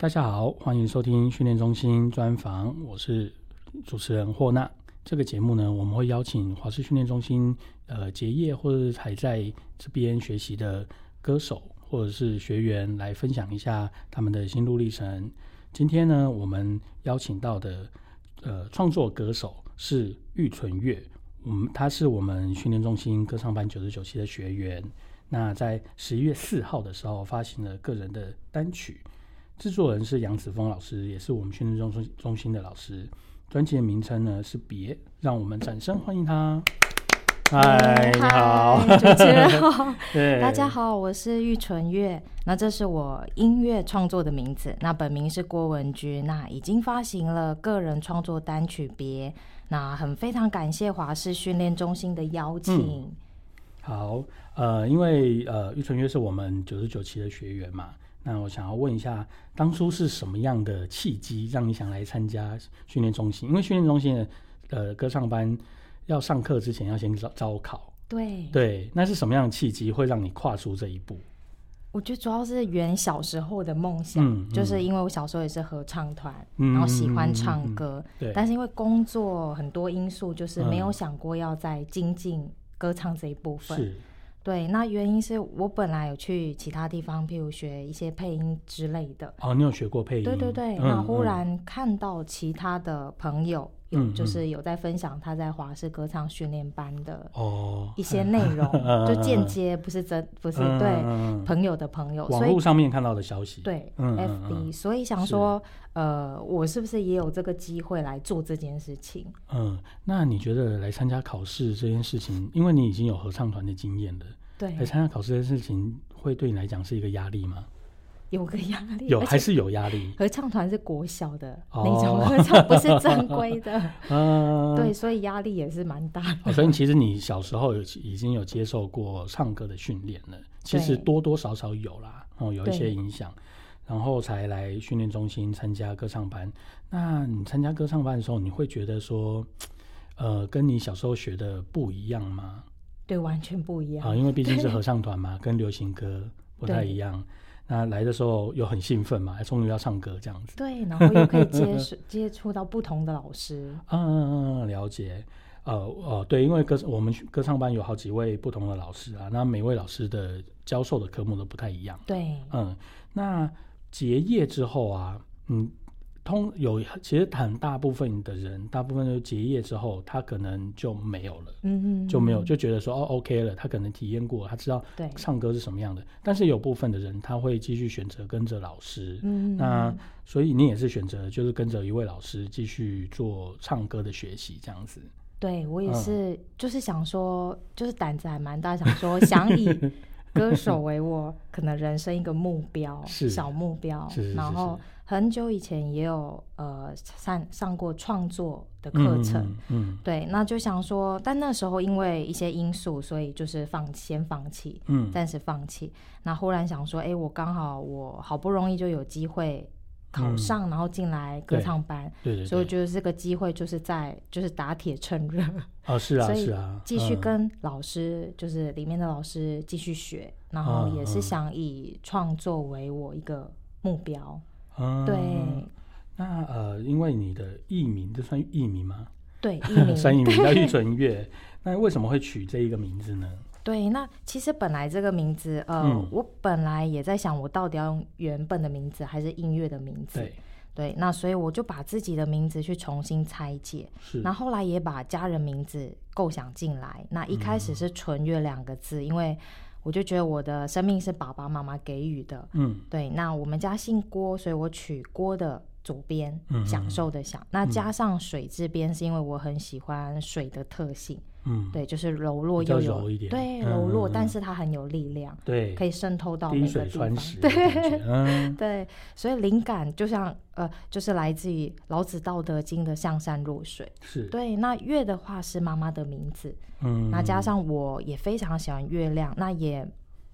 大家好，欢迎收听训练中心专访，我是主持人霍纳。这个节目呢，我们会邀请华视训练中心结业或者还在这边学习的歌手或者是学员来分享一下他们的心路历程。今天呢，我们邀请到的创作歌手是玉纯月，他是我们训练中心歌唱班99期的学员。那在11月4号的时候发行了个人的单曲，制作人是杨子峰老师，也是我们训练中心的老师。专辑的名称呢是别，让我们掌声欢迎他。嗨，你好， 主持人好。大家好，我是玉纯月。那这是我音乐创作的名字，那本名是郭文君。那已经发行了个人创作单曲别，那非常感谢华视训练中心的邀请。 好，因为玉纯月是我们99期的学员嘛，那我想要问一下，当初是什么样的契机让你想来参加训练中心？因为训练中心的歌唱班要上课之前要先招考。对，那是什么样的契机会让你跨出这一步？ 我觉得主要是圆小时候的梦想，就是因为我小时候也是合唱团，然后喜欢唱歌，但是因为工作很多因素，就是没有想过要再精进歌唱这一部分。是，对，那原因是我本来有去其他地方，譬如学一些配音之类的。 哦，你有学过配音？ 对，那忽然看到其他的朋友就是有在分享他在华视歌唱训练班的一些内容，就间接不是对朋友的朋友， 网络上面看到的消息， 对FB， 所以想说我是不是也有这个机会来做这件事情？ 那你觉得来参加考试这件事情，因为你已经有合唱团的经验了，对，来参加考试这件事情会对你来讲是一个压力吗？ 有个压力， 还是有压力。 合唱团是国小的那种合唱，不是正规的，对，所以压力也是蛮大的。 所以其实你小时候已经有接受过唱歌的训练了，其实多多少少有啦，有一些影响，然后才来训练中心参加歌唱班。那你参加歌唱班的时候，你会觉得说，跟你小时候学的不一样吗？ 对，完全不一样因为毕竟是合唱团嘛，跟流行歌不太一样。那来的时候又很兴奋嘛，终于要唱歌这样子。 对，然后又可以接触到不同的老师。 了解。对，因为我们歌唱班有好几位不同的老师啊，那每位老师的教授的科目都不太一样。 对， 那结业之后啊，其实很大部分的人，大部分就结业之后，他可能就没有了，就没有，就觉得说OK 了，他可能体验过，他知道唱歌是什么样的。但是有部分的人，他会继续选择跟着老师，那所以你也是选择就是跟着一位老师继续做唱歌的学习这样子。 对，我也是，就是想说，就是胆子还蛮大，想说想以歌手为我可能人生一个目标，小目标，然后很久以前也有上过创作的课程，对，那就想说，但那时候因为一些因素，所以就是先放弃，暂时放弃。那忽然想说，我好不容易就有机会考上，然后进来歌唱班，对，所以我觉得这个机会就是打铁趁热。是啊，所以继续跟老师，就是里面的老师继续学，然后也是想以创作为我一个目标。对。 那因为你的艺名，这算艺名吗？ 对，艺名算艺名叫玉纯月。那为什么会取这一个名字呢？ 对，那其实本来这个名字，我本来也在想，我到底要用原本的名字还是音乐的名字？对，那所以我就把自己的名字去重新拆解，那后来也把家人名字构想进来。那一开始是纯月2个字，因为我就觉得我的生命是爸爸妈妈给予的，对，那我们家姓郭，所以我取郭的左边，享受的享，那加上水字边是因为我很喜欢水的特性，对，就是柔弱又有一点， 对，柔弱，但是它很有力量，对，可以渗透到每个地方， 对， 对，所以灵感就像就是来自于老子《道德经》的向善若水，是对。那月的话是妈妈的名字，那加上我也非常喜欢月亮，那也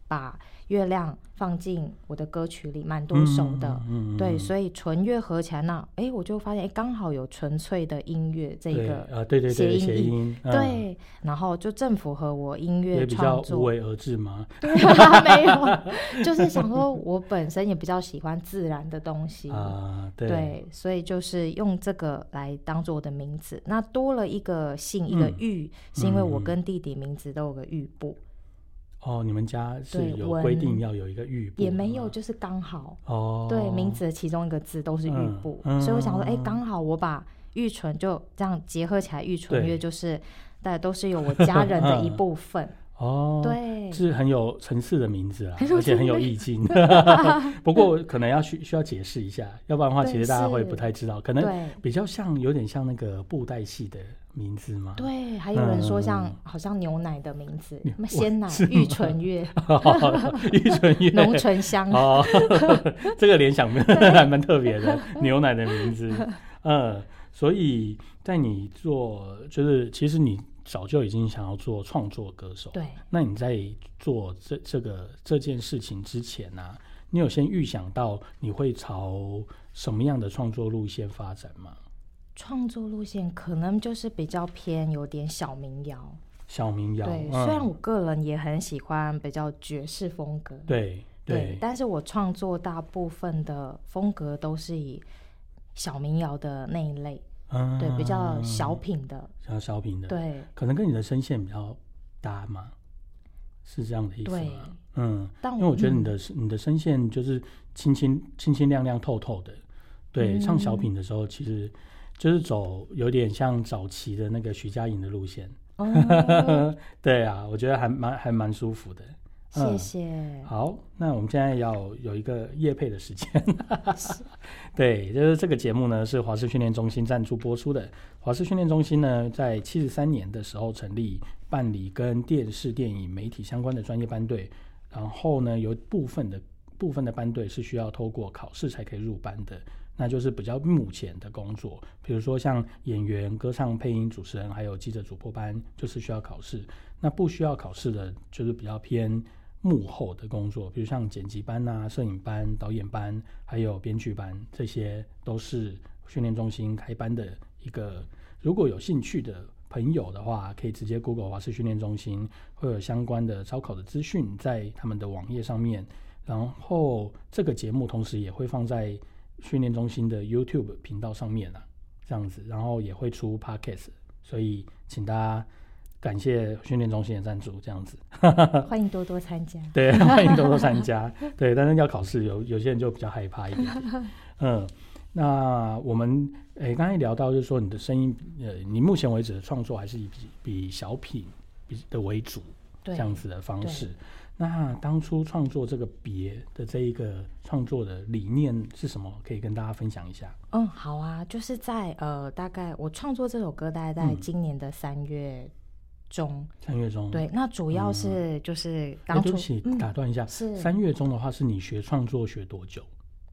把月亮放进我的歌曲里蛮多首的，对，所以纯乐合起来，那我就发现刚好有纯粹的音乐这个谐音，对，然后就正符合我音乐创作，也比较无为而治吗？ 对没有，就是想说我本身也比较喜欢自然的东西对，所以就是用这个来当做我的名字。那多了一个姓一个玉，是因为我跟弟弟名字都有个玉部。 你们家是有规定要有一个玉部？ 也没有，就是刚好对，名字的其中一个字都是玉部，所以我想说刚好我把玉纯就这样结合起来，玉纯乐就是大家都是有我家人的一部分对， 是很有层次的名字而且很有意境不过可能需要解释一下，要不然的话其实大家会不太知道，可能比较有点像那个布袋戏的名字吗？ 对，还有人说好像牛奶的名字，鲜奶玉纯乐玉纯乐浓醇香这个联想还蛮特别的牛奶的名字所以在你做就是其实你早就已经想要做创作歌手， 对， 那你在做这件事情之前你有先预想到你会朝什么样的创作路线发展吗？ 创作路线可能就是比较偏有点小民谣对，虽然我个人也很喜欢比较爵士风格对，但是我创作大部分的风格都是以小民谣的那一类对，比较小品的对， 可能跟你的声线比较搭吗？是这样的意思吗？因为我觉得你的声线就是清清亮亮透透的，对，唱小品的时候其实就是走有点像早期的那个徐佳莹的路线对啊，我觉得还蛮舒服的， 谢谢好，那我们现在要有一个业配的时间对，就是这个节目呢是华视训练中心赞助播出的。华视训练中心呢在73年的时候成立，办理跟电视电影媒体相关的专业班队，然后呢有部分的班队是需要透过考试才可以入班的，那就是比较目前的工作，比如说像演员、歌唱、配音、主持人还有记者主播班就是需要考试，那不需要考试的就是比较偏幕后的工作，比如像剪辑班摄影班、导演班还有编剧班，这些都是训练中心开班的一个，如果有兴趣的朋友的话可以直接 Google 华视训练中心，会有相关的招考的资讯在他们的网页上面，然后这个节目同时也会放在训练中心的 YouTube 频道上面这样子，然后也会出 Podcast， 所以请大家感谢训练中心的赞助，这样子欢迎多多参加对，欢迎多多参加对，但是要考试有些人就比较害怕一点那我们刚才聊到就是说你的声音你目前为止的创作还是比小品的为主这样子的方式，那当初创作这个别的这一个创作的理念是什么？可以跟大家分享一下。 好啊，就是在大概我创作这首歌大概在今年的3月中对，那主要是就是当初对不起打断一下，是3月中的话是你学创作学多久？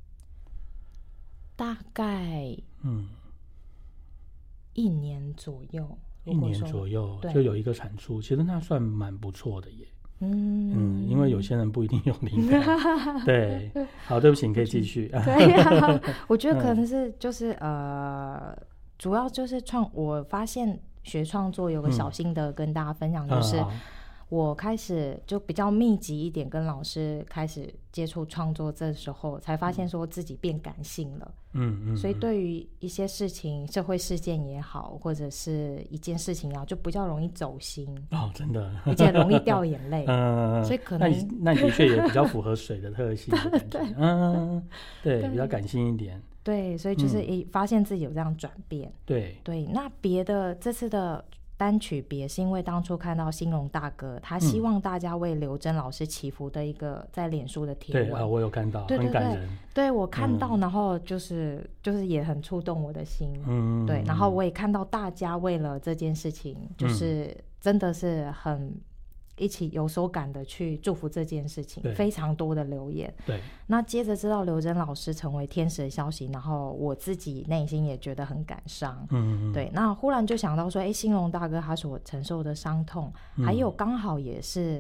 大概1年左右 1年左右就有一个产出，其实那算蛮不错的耶因为有些人不一定有灵感对，好，对不起，你可以继续对我觉得可能是就是主要就是我发现学创作有个小心得跟大家分享，就是我开始就比较密集一点跟老师开始接触创作，这时候才发现说自己变感性了所以对于一些事情，社会事件也好，或者是一件事情也好，就比较容易走心真的， 而且容易掉眼泪所以可能那的确也比较符合水的特性的感觉对，比较感性一点， 对，所以就是发现自己有这样转变对，那别的这次的单曲别是因为当初看到兴隆大哥他希望大家为刘真老师祈福的一个在脸书的贴文， 对我有看到，很感人， 对，我看到然后就是也很触动我的心对，然后我也看到大家为了这件事情就是真的是很一起有所感的去祝福这件事情，非常多的留言对， 那接着知道刘真老师成为天使的消息，然后我自己内心也觉得很感伤对，那忽然就想到说兴隆大哥他所承受的伤痛还有刚好也是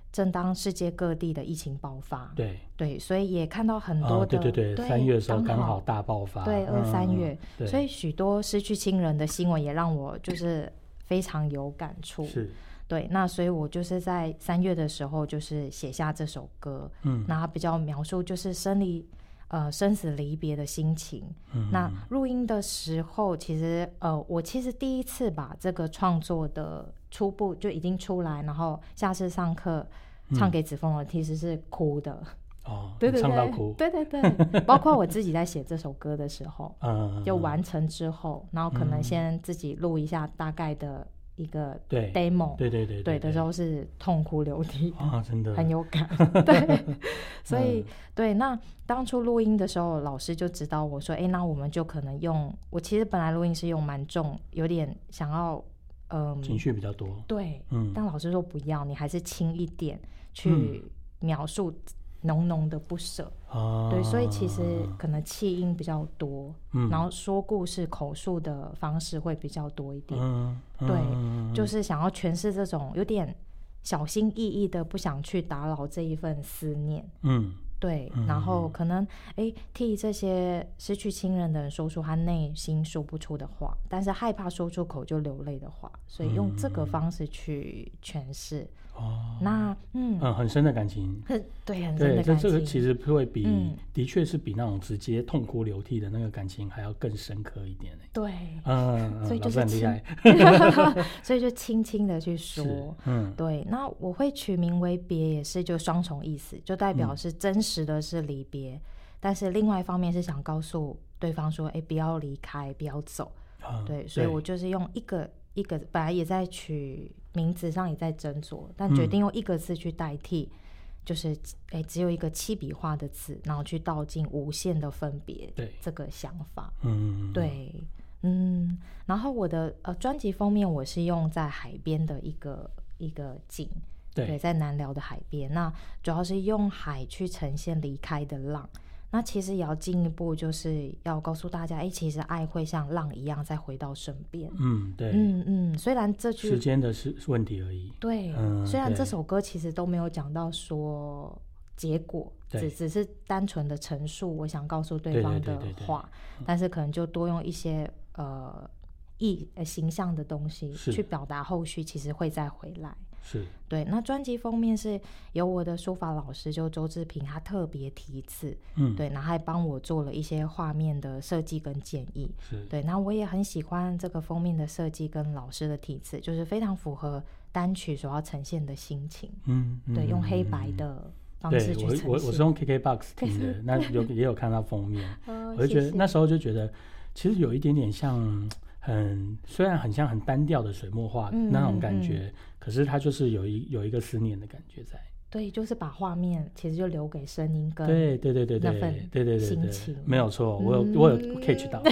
正当世界各地的疫情爆发， 对， 所以也看到很多的， 对，3月的时候刚好大爆发， 对，3月，所以许多失去亲人的新闻也让我就是非常有感触， 是， 对，那所以我就是在3月的时候就是写下这首歌，那它比较描述就是生死离别的心情。那录音的时候，其实我其实第一次把这个创作的初步就已经出来，然后下次上课唱给子枫了，其实是哭的。对， 唱到哭， 对，包括我自己在写这首歌的时候，就完成之后，然后可能先自己录一下大概的一个 demo， 对的时候是痛哭流涕真的很有感，对，所以对，那当初录音的时候，老师就指导我说，那我们就可能用，我其实本来录音是用蛮重，有点想要情绪比较多， 对，但老师说不要，你还是轻一点去描述浓浓的不舍，对，所以其实可能气音比较多，然后说故事口述的方式会比较多一点，对，就是想要诠释这种有点小心翼翼的不想去打扰这一份思念，对，然后可能替这些失去亲人的人说出他内心说不出的话，但是害怕说出口就流泪的话，所以用这个方式去诠释。那很深的感情， 对，很深的感情， 这个其实会比的确是比那种直接痛哭流涕的那个感情还要更深刻一点。 对，所以就是很厉害所以就轻轻的去说，对，那我会取名为别也是就双重意思，就代表是真实的是离别，但是另外一方面是想告诉对方说不要离开，不要走，对，所以我就是用一个本来也在取名字上也在斟酌，但决定用一个字去代替，就是只有一个7笔画的字，然后去道尽无限的分别，对这个想法，对，然后我的专辑封面我是用在海边的一个景，对，在南寮的海边，那主要是用海去呈现离开的浪。那其实也要进一步，就是要告诉大家，其实爱会像浪一样再回到身边。 对， 虽然这句时间的问题而已。 对，虽然这首歌其实都没有讲到说结果，只是单纯的陈述我想告诉对方的话，但是可能就多用一些形象的东西去表达后续其实会再回来。 是，对， 那专辑封面是由我的书法老师就周志平他特别题字，对，然后还帮我做了一些画面的设计跟建议，是，对，那我也很喜欢这个封面的设计跟老师的题字，就是非常符合单曲所要呈现的心情，对，用黑白的方式去呈现。 我是用 KKBOX 听的，那也有看到封面，我就觉得那时候就觉得其实有一点点像虽然很像很单调的水墨画那种感觉，可是它就是有一个思念的感觉在。 对，就是把画面其实就留给声音跟那份心情， 没有错，我有 catch 到。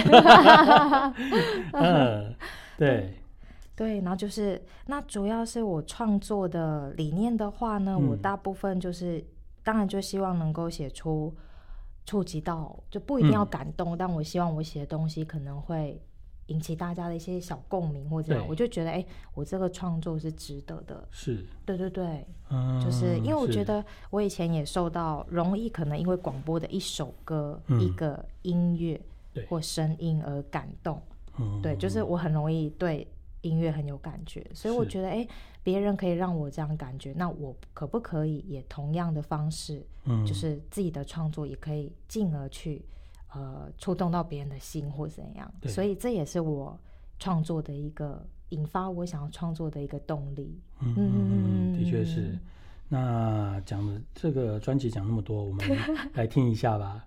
对，然后就是那主要是我创作的理念的话呢，我大部分就是当然就希望能够写出触及到，就不一定要感动，但我希望我写的东西可能会引起大家的一些小共鸣或者这样，我就觉得我这个创作是值得的。 是， 对，就是因为我觉得我以前也受到容易可能因为广播的一首歌、一个音乐或声音而感动，对，就是我很容易对音乐很有感觉，所以我觉得别人可以让我这样感觉，那我可不可以也同样的方式，就是自己的创作也可以进而去触动到别人的心或怎样，所以这也是我创作的一个引发我想要创作的一个动力。 的确是。那讲的这个专辑讲那么多，我们来听一下吧。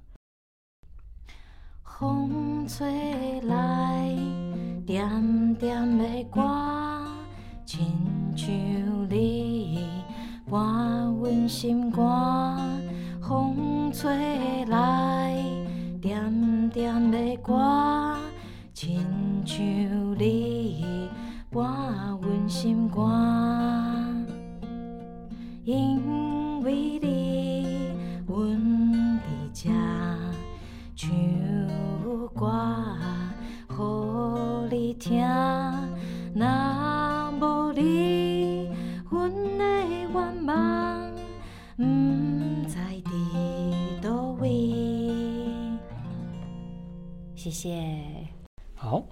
风吹来点点的歌，亲像你伴阮心肝。风吹来点点的歌，亲像你伴阮心肝。因为你，阮伫这唱歌，予你听。若无你，阮的愿望谢谢。 好，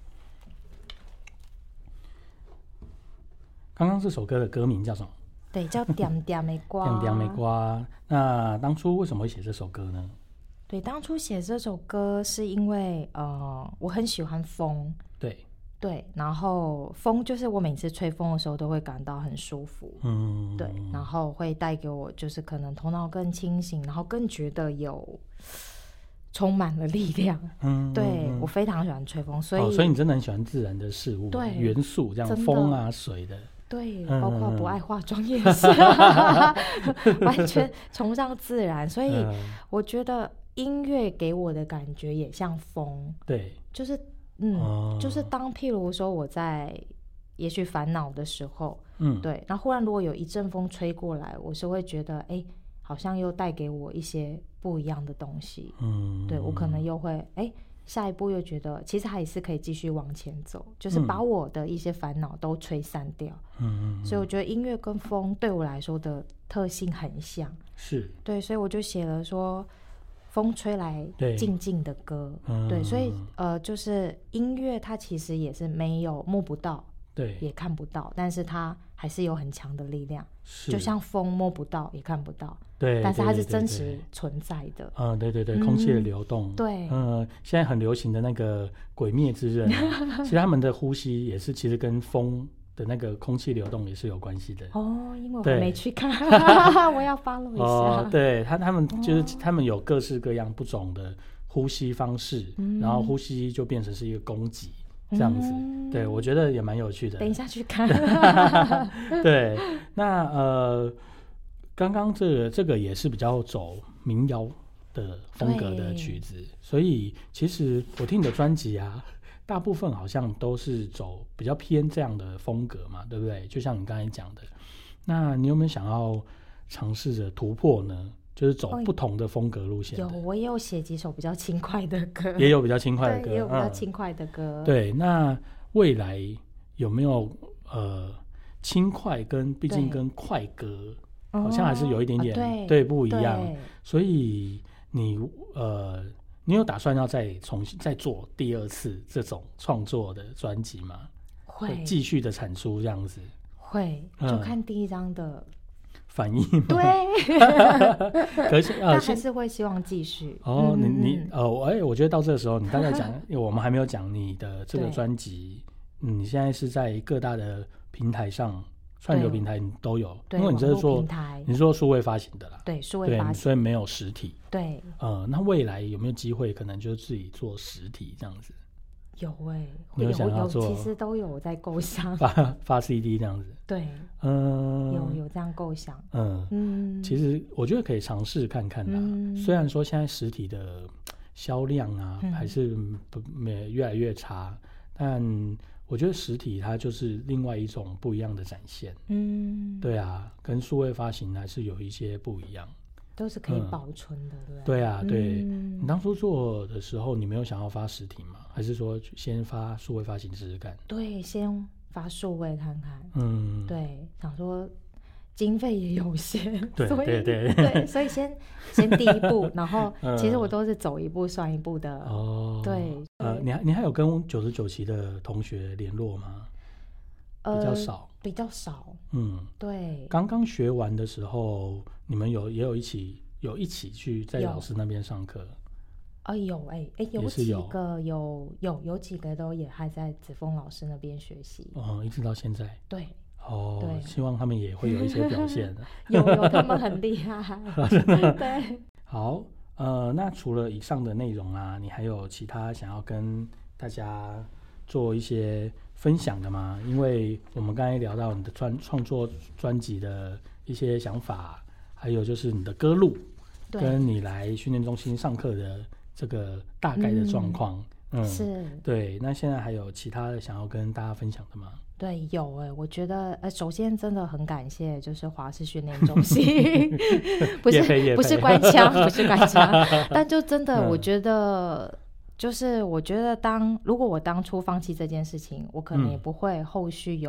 刚刚这首歌的歌名叫什么？ 对，叫点点的歌。 点点的歌。那当初为什么会写这首歌呢？ 对，当初写这首歌是因为我很喜欢风。对，然后风就是我每次吹风的时候都会感到很舒服。对，然后会带给我就是可能头脑更清醒，然后更觉得有充满了力量。对，我非常喜欢吹风，所以你真的很喜欢自然的事物，对，元素这样，风啊水的。 对，包括不爱化妆也是，完全崇尚自然，所以我觉得音乐给我的感觉也像风。对，就是就是当譬如说我在也许烦恼的时候，对，然后忽然如果有一阵风吹过来，我是会觉得好像又带给我一些不一样的东西。对，我可能又会下一步又觉得其实还是可以继续往前走，就是把我的一些烦恼都吹散掉。所以我觉得音乐跟风对我来说的特性很像。是，对，所以我就写了说风吹来静静的歌。对，所以就是音乐它其实也是没有摸不到，对，也看不到，但是它还是有很强的力量。就像风摸不到也看不到，对，但是它是真实存在的。对对对，空气的流动。对，现在很流行的那个《鬼灭之刃》其实他们的呼吸也是其实跟风的那个空气流动也是有关系的。因为我还没去看我要 follow 一下。对，他们就是他们有各式各样不同的呼吸方式，然后呼吸就变成是一个攻击这样子。对，我觉得也蛮有趣的，等一下去看对，那刚刚这个也是比较走民谣的风格的曲子，所以其实我听你的专辑啊，大部分好像都是走比较偏这样的风格嘛，对不对？就像你刚才讲的，那你有没有想要尝试着突破呢？就是走不同的风格路线。有，我也有写几首比较轻快的歌，也有比较轻快的歌，也有比较轻快的歌。对，那未来有没有轻快跟毕竟跟快歌好像还是有一点点对不一样，所以你有打算要再重新再做第二次这种创作的专辑吗？会继续的产出这样子？会，就看第一张的反应。对可是但还是会希望继续。我觉得到这个时候你大概讲我们还没有讲你的这个专辑，你现在是在各大的平台上，串流平台你都有，因为你这是做你是做数位发行的啦。对，数位发行，所以没有实体。对，那未来有没有机会可能就自己做实体这样子？有你有想要做？其实都有在构想发 CD 这样子。对，有这样构想。其实我觉得可以尝试看看啦。虽然说现在实体的销量啊还是越来越差，但我觉得实体它就是另外一种不一样的展现。对啊，跟数位发行还是有一些不一样，都是可以保存的。对啊，对。你当初做的时候你没有想要发实体吗？还是说先发数位发行试试看？对，先发数位看看。对，想说经费也有限，对，所以先第一步然后其实我都是走一步算一步的。对。你还有跟99期的同学联络吗？比较少。对。刚刚学完的时候你们也有一起去在老师那边上课？有几个有几个都也还在子枫老师那边学习。一直到现在。对。对，希望他们也会有一些表现。有他们很厉害。对。好，那除了以上的内容啊，你还有其他想要跟大家做一些分享的吗？因为我们刚才聊到你的创作专辑的一些想法，还有就是你的歌路，跟你来训练中心上课的这个大概的状况。是。对，那现在还有其他的想要跟大家分享的吗？对，有我觉得首先真的很感谢就是华视训练中心不是官腔不是官腔但就真的我觉得如果我当初放弃这件事情，我可能也不会后续有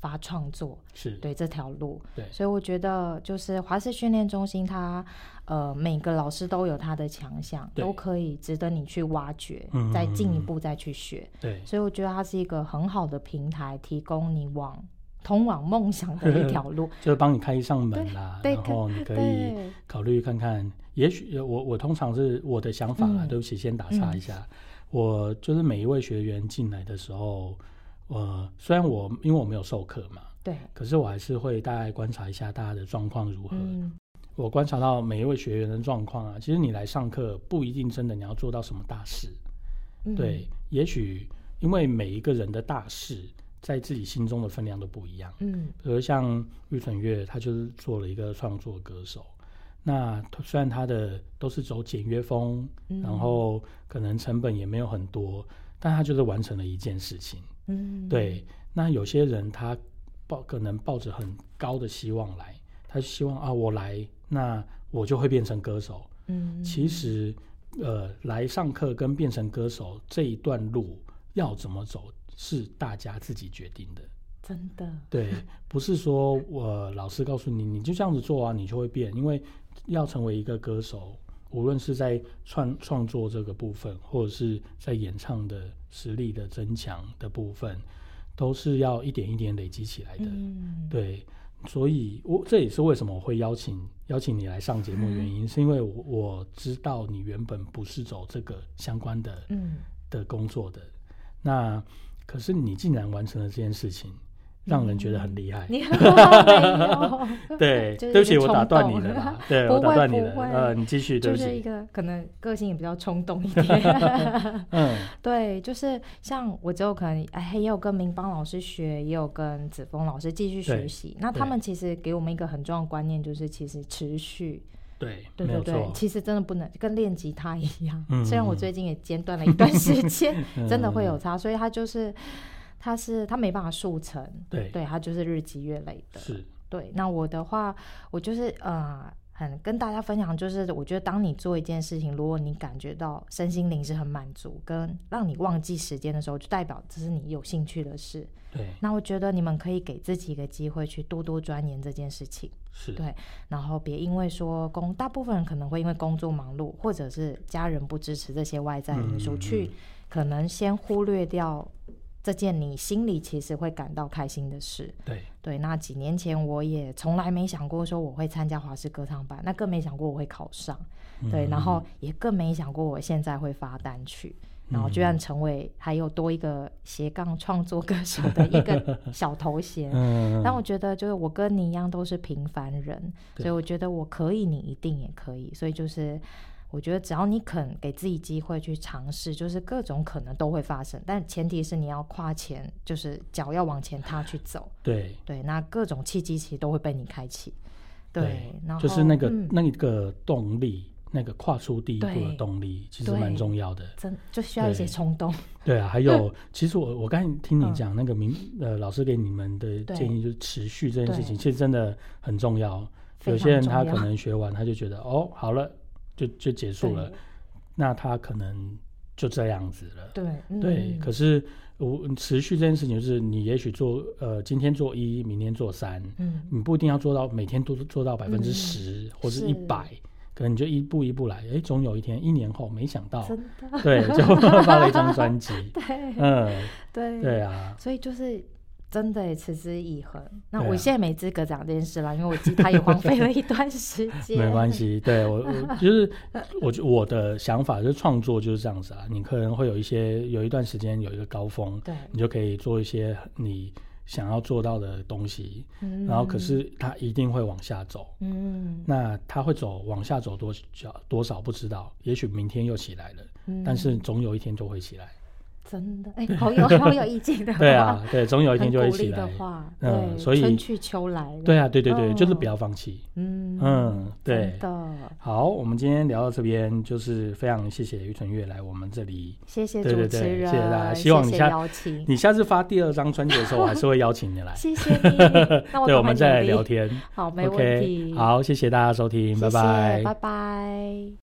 发创作， 是对这条路。 对， 所以我觉得就是华视训练中心它每个老师都有他的强项，都可以值得你去挖掘，再进一步再去学。 对， 所以我觉得它是一个很好的平台，提供你通往梦想的一条路就是帮你开一扇门啦，然后你可以考虑看看。也许我通常是我的想法啦，对不起先打岔一下，我就是每一位学员进来的时候，虽然因为我没有授课嘛， 对， 可是我还是会大概观察一下大家的状况如何。我观察到每一位学员的状况啊，其实你来上课不一定真的你要做到什么大事，对，也许因为每一个人的大事在自己心中的分量都不一样。比如像玉纯月，他就是做了一个创作歌手，那虽然他的都是走简约风，然后可能成本也没有很多，但他就是完成了一件事情。对，那有些人他可能抱着很高的希望来，他希望啊我来，那我就会变成歌手。其实来上课跟变成歌手这一段路要怎么走是大家自己决定的， 真的。对， 不是说老师告诉你你就这样子做啊你就会变，因为要成为一个歌手，无论是在创作这个部分，或者是在演唱的实力的增强的部分，都是要一点一点累积起来的。对，所以这也是为什么我会邀请你来上节目的原因，是因为我知道你原本不是走这个相关的工作的，那可是你竟然完成了这件事情，让人觉得很厉害。 你很好对，对不起，我打断你了啦。对，我打断你了。你继续，对不起。 就是一个可能个性也比较冲动一点。对，就是像我之后可能也有跟明邦老师学，也有跟子枫老师继续学习。那他们其实给我们一个很重要的观念，就是其实持续。对，其实真的不能跟练吉他一样。虽然我最近也间断了一段时间，真的会有差，所以他没办法速成，对，他就是日积月累的。是，对。那我的话，我就是很跟大家分享，就是我觉得当你做一件事情，如果你感觉到身心灵是很满足，跟让你忘记时间的时候，就代表这是你有兴趣的事。对。那我觉得你们可以给自己一个机会去多多钻研这件事情。是。对。然后别因为说大部分人可能会因为工作忙碌，或者是家人不支持这些外在因素，去可能先忽略掉这件你心里其实会感到开心的事。对，那几年前我也从来没想过说我会参加华视歌唱班，那更没想过我会考上。对，然后也更没想过我现在会发单曲，然后居然成为还有多一个斜杠创作歌手的一个小头衔。但我觉得就是我跟你一样都是平凡人，所以我觉得我可以，你一定也可以。所以就是我觉得只要你肯给自己机会去尝试，就是各种可能都会发生，但前提是你要跨前，就是脚要往前踏去走。对，那各种契机其实都会被你开启。对，然后就是那个动力，那个跨出第一步的动力其实蛮重要的， 就需要一些冲动。 对啊，还有其实我刚才听你讲那个老师给你们的建议，就是持续这件事情其实真的很重要。有些人他可能学完他就觉得好了就结束了，那他可能就这样子了。对，可是持续这件事情就是你也许今天做1，明天做3，你不一定要做到每天都做到10%或是100%，可能你就一步一步来，总有一天1年后没想到，对，就发了一张专辑。对啊， 所以就是真的也持之以恒。那我现在没资格讲这件事啦，因为我吉他也荒废了一段时间。 没关系，对，我就是我的想法就是创作就是这样子啊，你可能会有一段时间有一个高峰，对，你就可以做一些你想要做到的东西，然后可是它一定会往下走。那它会往下走多少不知道，也许明天又起来了，但是总有一天就会起来。 真的，好有意境的话。 对啊，对，总有一天就会起来。 很鼓励的话， 所以春去秋来。 对啊，对，就是不要放弃。对。 真的。 好，我们今天聊到这边，就是非常谢谢于纯月来我们这里。 谢谢主持人， 谢谢大家。希望你下次发第2张专辑的时候，我还是会邀请你来。 谢谢你。 对，我们再来聊天。 好，没问题。 好，谢谢大家收听，拜拜， 拜拜。